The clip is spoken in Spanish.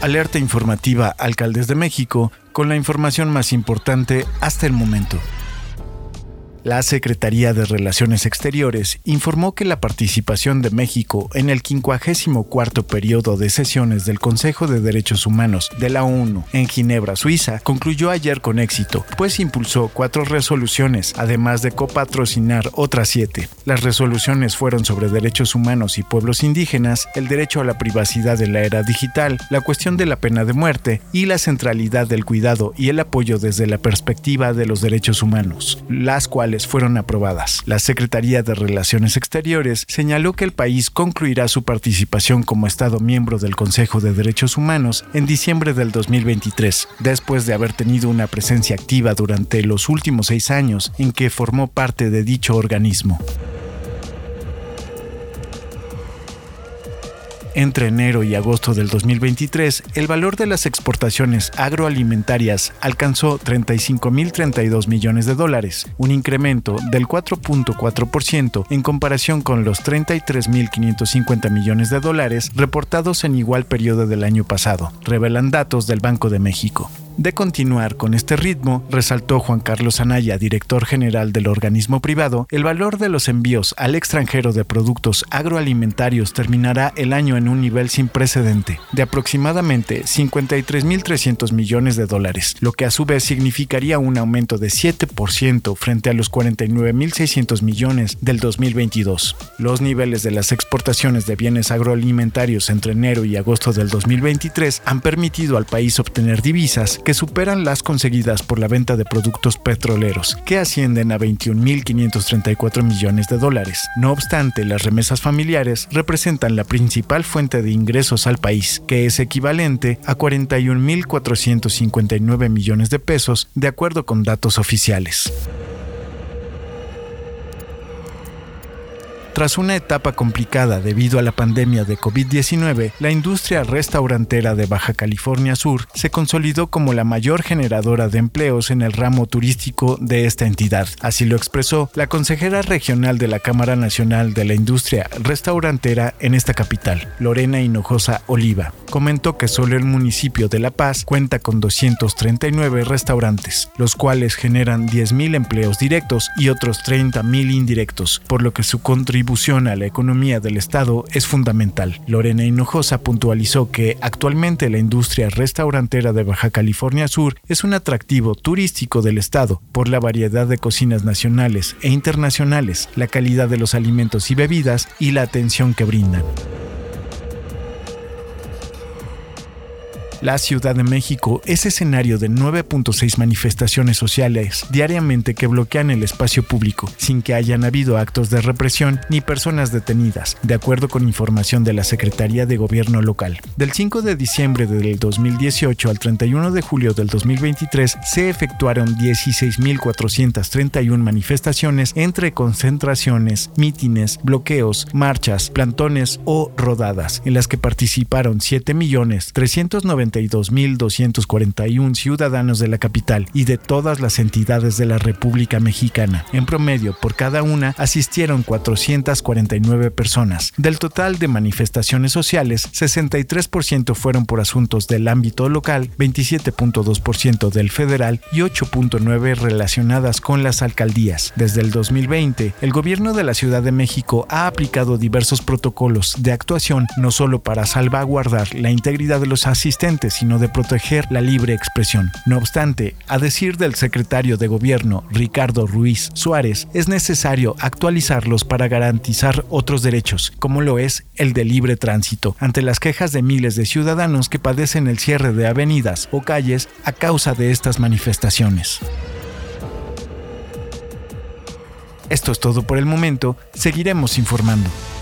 Alerta informativa Alcaldes de México con la información más importante hasta el momento. La Secretaría de Relaciones Exteriores informó que la participación de México en el 54º periodo de sesiones del Consejo de Derechos Humanos de la ONU en Ginebra, Suiza, concluyó ayer con éxito, pues impulsó 4 resoluciones, además de copatrocinar otras 7. Las resoluciones fueron sobre derechos humanos y pueblos indígenas, el derecho a la privacidad en la era digital, la cuestión de la pena de muerte y la centralidad del cuidado y el apoyo desde la perspectiva de los derechos humanos, las cuales fueron aprobadas. La Secretaría de Relaciones Exteriores señaló que el país concluirá su participación como Estado miembro del Consejo de Derechos Humanos en diciembre del 2023, después de haber tenido una presencia activa durante los últimos 6 años en que formó parte de dicho organismo. Entre enero y agosto del 2023, el valor de las exportaciones agroalimentarias alcanzó $35.032 millones, un incremento del 4.4% en comparación con los $33.550 millones reportados en igual periodo del año pasado, revelan datos del Banco de México. De continuar con este ritmo, resaltó Juan Carlos Anaya, director general del organismo privado, el valor de los envíos al extranjero de productos agroalimentarios terminará el año en un nivel sin precedente, de aproximadamente $53.300 millones, lo que a su vez significaría un aumento de 7% frente a los $49.600 millones del 2022. Los niveles de las exportaciones de bienes agroalimentarios entre enero y agosto del 2023 han permitido al país obtener divisas que superan las conseguidas por la venta de productos petroleros, que ascienden a $21.534 millones. No obstante, las remesas familiares representan la principal fuente de ingresos al país, que es equivalente a $41.459 millones de acuerdo con datos oficiales. Tras una etapa complicada debido a la pandemia de COVID-19, la industria restaurantera de Baja California Sur se consolidó como la mayor generadora de empleos en el ramo turístico de esta entidad. Así lo expresó la consejera regional de la Cámara Nacional de la Industria Restaurantera en esta capital, Lorena Hinojosa Oliva. Comentó que solo el municipio de La Paz cuenta con 239 restaurantes, los cuales generan 10,000 empleos directos y otros 30,000 indirectos, por lo que su contribución a la economía del estado es fundamental. Lorena Hinojosa puntualizó que actualmente la industria restaurantera de Baja California Sur es un atractivo turístico del estado por la variedad de cocinas nacionales e internacionales, la calidad de los alimentos y bebidas y la atención que brindan. La Ciudad de México es escenario de 9.6 manifestaciones sociales diariamente que bloquean el espacio público, sin que hayan habido actos de represión ni personas detenidas, de acuerdo con información de la Secretaría de Gobierno local. Del 5 de diciembre del 2018 al 31 de julio del 2023 se efectuaron 16.431 manifestaciones entre concentraciones, mítines, bloqueos, marchas, plantones o rodadas, en las que participaron 7.392.241 ciudadanos de la capital y de todas las entidades de la República Mexicana. En promedio, por cada una asistieron 449 personas. Del total de manifestaciones sociales, 63% fueron por asuntos del ámbito local, 27.2% del federal y 8.9% relacionadas con las alcaldías. Desde el 2020, el gobierno de la Ciudad de México ha aplicado diversos protocolos de actuación no solo para salvaguardar la integridad de los asistentes, sino de proteger la libre expresión. No obstante, a decir del secretario de Gobierno, Ricardo Ruiz Suárez, es necesario actualizarlos para garantizar otros derechos, como lo es el de libre tránsito, ante las quejas de miles de ciudadanos que padecen el cierre de avenidas o calles a causa de estas manifestaciones. Esto es todo por el momento, seguiremos informando.